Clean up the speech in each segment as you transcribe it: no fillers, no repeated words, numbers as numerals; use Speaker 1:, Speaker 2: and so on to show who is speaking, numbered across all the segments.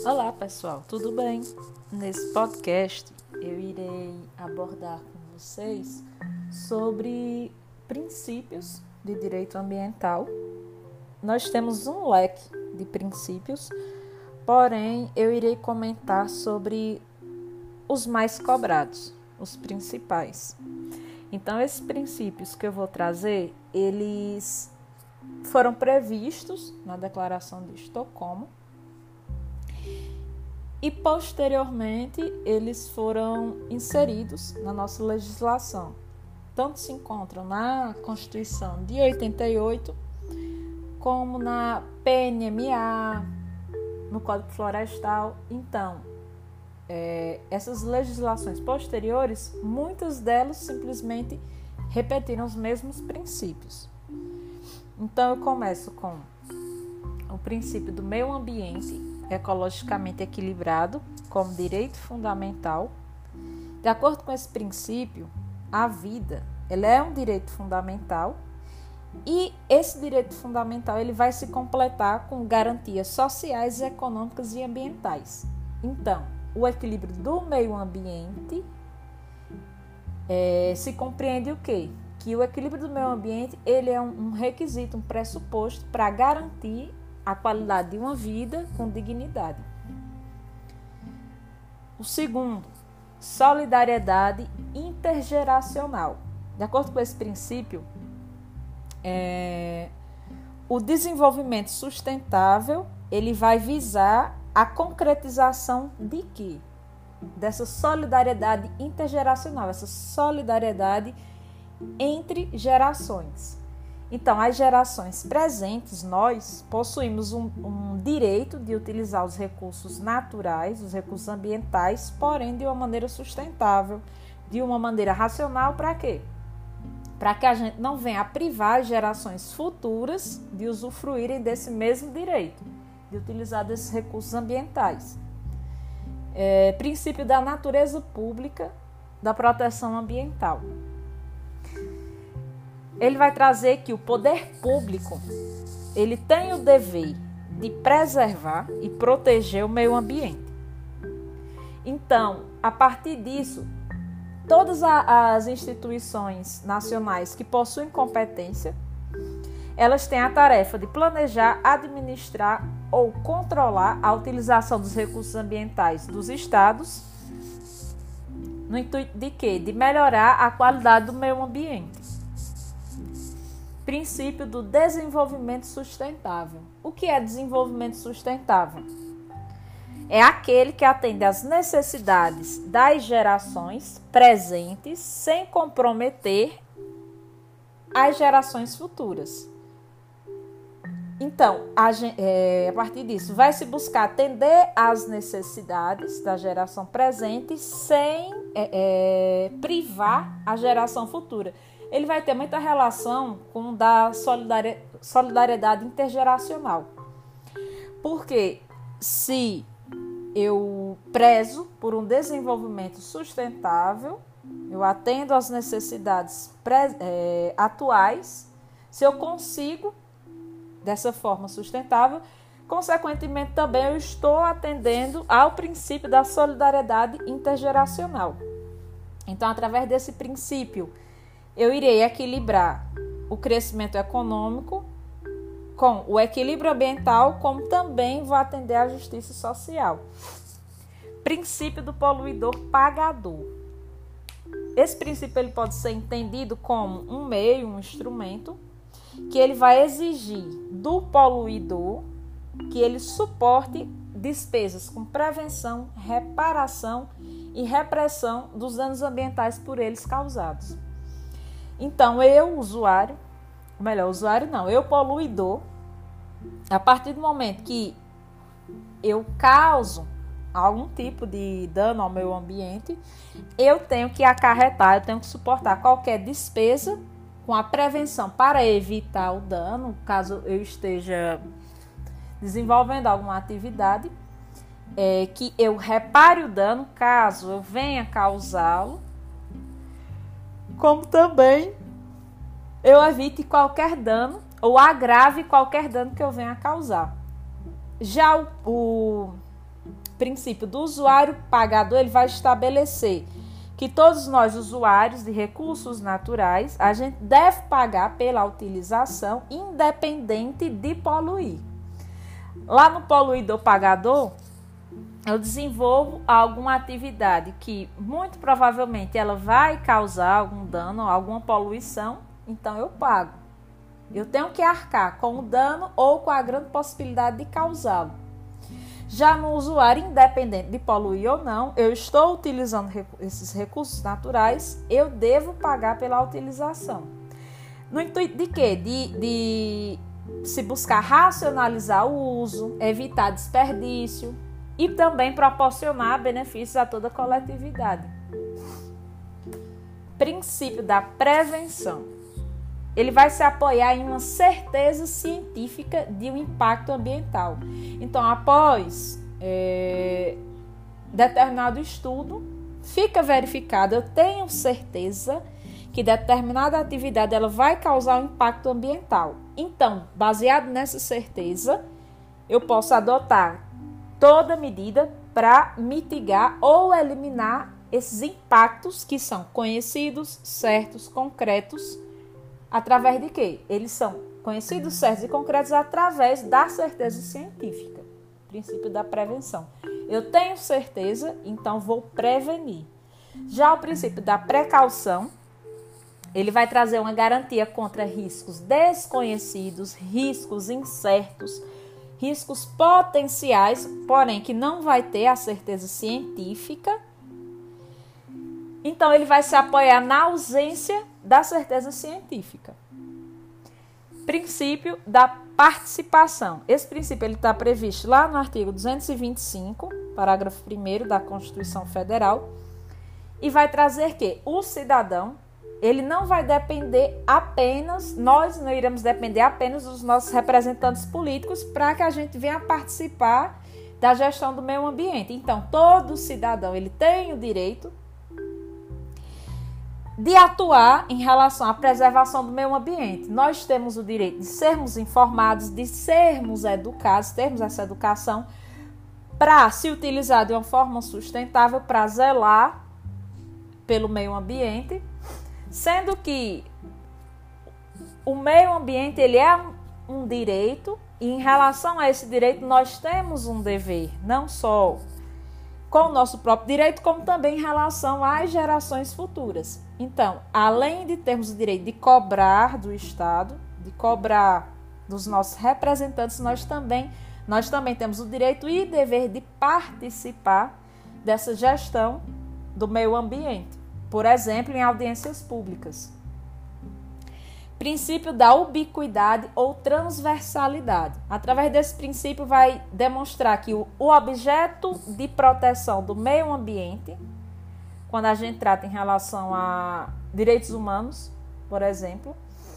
Speaker 1: Olá pessoal, tudo bem? Nesse podcast eu irei abordar com vocês sobre princípios de direito ambiental. Nós temos um leque de princípios, porém eu irei comentar sobre os mais cobrados, os principais. Então esses princípios que eu vou trazer, eles foram previstos na Declaração de Estocolmo e posteriormente eles foram inseridos na nossa legislação. Tanto se encontram na Constituição de 88, como na PNMA, no Código Florestal. Então, essas legislações posteriores, muitas delas simplesmente repetiram os mesmos princípios. Então, eu começo com o princípio do meio ambiente ecologicamente equilibrado como direito fundamental. De acordo com esse princípio, a vida ela é um direito fundamental e esse direito fundamental ele vai se completar com garantias sociais, econômicas e ambientais. Então, o equilíbrio do meio ambiente se compreende o quê? Que o equilíbrio do meio ambiente ele é um requisito, um pressuposto para garantir a qualidade de uma vida com dignidade. O segundo, solidariedade intergeracional. De acordo com esse princípio, o desenvolvimento sustentável ele vai visar a concretização de quê? Dessa solidariedade intergeracional, essa solidariedade entre gerações. Então, as gerações presentes, nós possuímos um direito de utilizar os recursos naturais, os recursos ambientais, porém de uma maneira sustentável, de uma maneira racional, para quê? Para que a gente não venha a privar as gerações futuras de usufruírem desse mesmo direito, de utilizar desses recursos ambientais. Princípio da natureza pública, da proteção ambiental. Ele vai trazer que o poder público ele tem o dever de preservar e proteger o meio ambiente. Então, a partir disso, todas as instituições nacionais que possuem competência, elas têm a tarefa de planejar, administrar ou controlar a utilização dos recursos ambientais dos estados, no intuito de quê? De melhorar a qualidade do meio ambiente. Princípio do desenvolvimento sustentável. O que é desenvolvimento sustentável? É aquele que atende às necessidades das gerações presentes sem comprometer as gerações futuras. Então, a partir disso, vai se buscar atender às necessidades da geração presente sem privar a geração futura. Ele vai ter muita relação com o da solidariedade intergeracional. Porque se eu prezo por um desenvolvimento sustentável, eu atendo às necessidades atuais, se eu consigo dessa forma sustentável, consequentemente também eu estou atendendo ao princípio da solidariedade intergeracional. Então, através desse princípio, eu irei equilibrar o crescimento econômico com o equilíbrio ambiental, como também vou atender à justiça social. Princípio do poluidor pagador. Esse princípio ele pode ser entendido como um meio, um instrumento, que ele vai exigir do poluidor que ele suporte despesas com prevenção, reparação e repressão dos danos ambientais por eles causados. Então, eu poluidor, a partir do momento que eu causo algum tipo de dano ao meio ambiente, eu tenho que acarretar, eu tenho que suportar qualquer despesa com a prevenção para evitar o dano, caso eu esteja desenvolvendo alguma atividade, que eu repare o dano, caso eu venha causá-lo, como também eu evite qualquer dano ou agrave qualquer dano que eu venha a causar. Já o princípio do usuário pagador, ele vai estabelecer que todos nós, usuários de recursos naturais, a gente deve pagar pela utilização, independente de poluir. Lá no poluidor pagador, eu desenvolvo alguma atividade que muito provavelmente ela vai causar algum dano, alguma poluição, então eu pago. Eu tenho que arcar com o dano ou com a grande possibilidade de causá-lo. Já no usuário, independente de poluir ou não, eu estou utilizando esses recursos naturais, eu devo pagar pela utilização. No intuito de quê? De se buscar racionalizar o uso, evitar desperdício e também proporcionar benefícios a toda a coletividade. Princípio da prevenção. Ele vai se apoiar em uma certeza científica de um impacto ambiental. Então, após determinado estudo, fica verificado, eu tenho certeza que determinada atividade ela vai causar um impacto ambiental. Então, baseado nessa certeza, eu posso adotar toda medida para mitigar ou eliminar esses impactos que são conhecidos, certos, concretos. Através de quê? Eles são conhecidos, certos e concretos através da certeza científica. Princípio da prevenção. Eu tenho certeza, então vou prevenir. Já o princípio da precaução, ele vai trazer uma garantia contra riscos desconhecidos, riscos incertos, riscos potenciais, porém que não vai ter a certeza científica. Então, ele vai se apoiar na ausência da certeza científica. Princípio da participação. Esse princípio está previsto lá no artigo 225, parágrafo 1º da Constituição Federal, e vai trazer que o cidadão, ele não vai depender apenas, nós não iremos depender apenas dos nossos representantes políticos para que a gente venha participar da gestão do meio ambiente. Então, todo cidadão, ele tem o direito de atuar em relação à preservação do meio ambiente. Nós temos o direito de sermos informados, de sermos educados, termos essa educação para se utilizar de uma forma sustentável, para zelar pelo meio ambiente, sendo que o meio ambiente ele é um direito e em relação a esse direito nós temos um dever, não só com o nosso próprio direito, como também em relação às gerações futuras. Então, além de termos o direito de cobrar do Estado, de cobrar dos nossos representantes, nós também temos o direito e dever de participar dessa gestão do meio ambiente, por exemplo, em audiências públicas. Princípio da ubiquidade ou transversalidade. Através desse princípio vai demonstrar que o objeto de proteção do meio ambiente, quando a gente trata em relação a direitos humanos, por exemplo,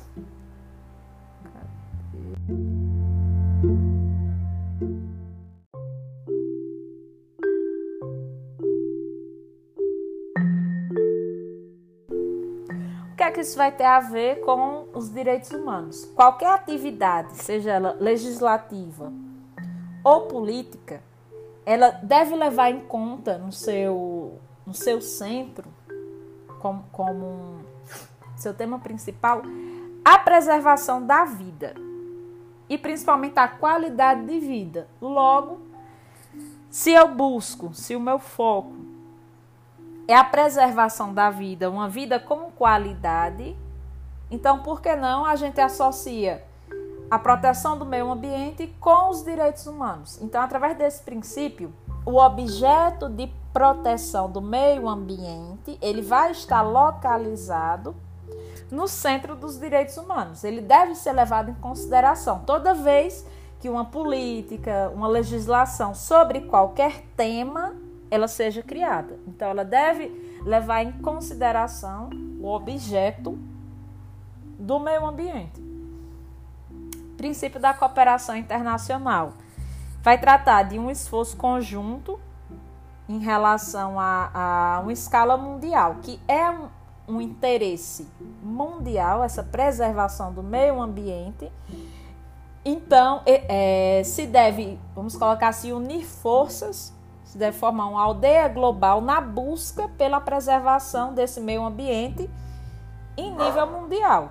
Speaker 1: o que é que isso vai ter a ver com os direitos humanos? Qualquer atividade, seja ela legislativa ou política, ela deve levar em conta no seu centro, como seu tema principal, a preservação da vida e principalmente a qualidade de vida. Logo, se o meu foco é a preservação da vida, uma vida com qualidade, então por que não a gente associa a proteção do meio ambiente com os direitos humanos? Então, através desse princípio, o objeto de proteção do meio ambiente, ele vai estar localizado no centro dos direitos humanos. Ele deve ser levado em consideração toda vez que uma política, uma legislação sobre qualquer tema, ela seja criada. Então, ela deve levar em consideração o objeto do meio ambiente. Princípio da cooperação internacional. Vai tratar de um esforço conjunto em relação a uma escala mundial, que é um interesse mundial, essa preservação do meio ambiente. Então, se deve, vamos colocar assim, unir forças se deve formar uma aldeia global na busca pela preservação desse meio ambiente em nível mundial.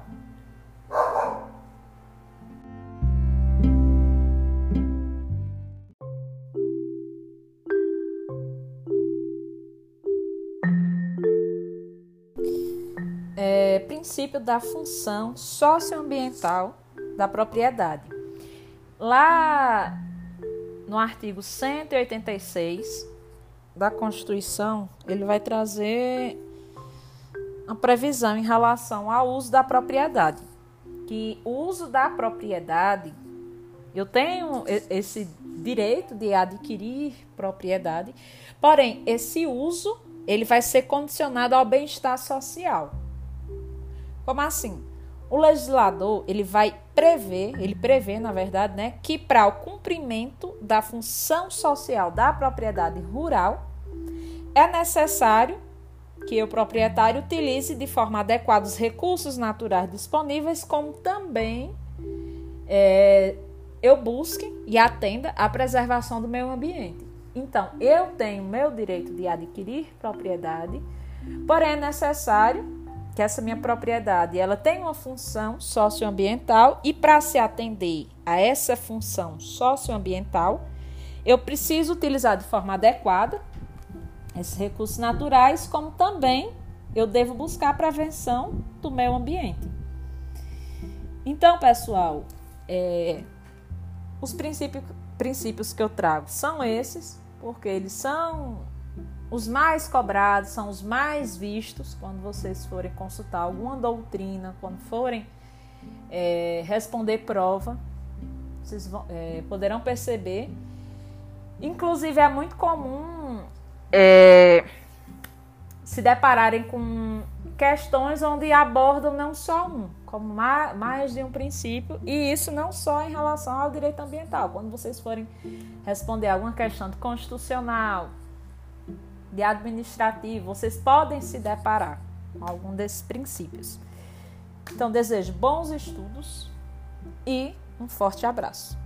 Speaker 1: Princípio da função socioambiental da propriedade. Lá no artigo 186 da Constituição, ele vai trazer uma previsão em relação ao uso da propriedade. Que o uso da propriedade, eu tenho esse direito de adquirir propriedade, porém, esse uso ele vai ser condicionado ao bem-estar social. Como assim? O legislador, ele prevê, na verdade, né, que para o cumprimento da função social da propriedade rural, é necessário que o proprietário utilize de forma adequada os recursos naturais disponíveis, como também eu busque e atenda à preservação do meio ambiente. Então, eu tenho meu direito de adquirir propriedade, porém é necessário que essa minha propriedade ela tem uma função socioambiental e para se atender a essa função socioambiental, eu preciso utilizar de forma adequada esses recursos naturais, como também eu devo buscar a prevenção do meio ambiente. Então, pessoal, os princípios que eu trago são esses, porque eles são os mais cobrados, são os mais vistos quando vocês forem consultar alguma doutrina, quando forem responder prova, vocês poderão perceber. Inclusive, é muito comum se depararem com questões onde abordam não só como mais de um princípio, e isso não só em relação ao direito ambiental. Quando vocês forem responder alguma questão de constitucional, de administrativo, vocês podem se deparar com algum desses princípios. Então, desejo bons estudos e um forte abraço.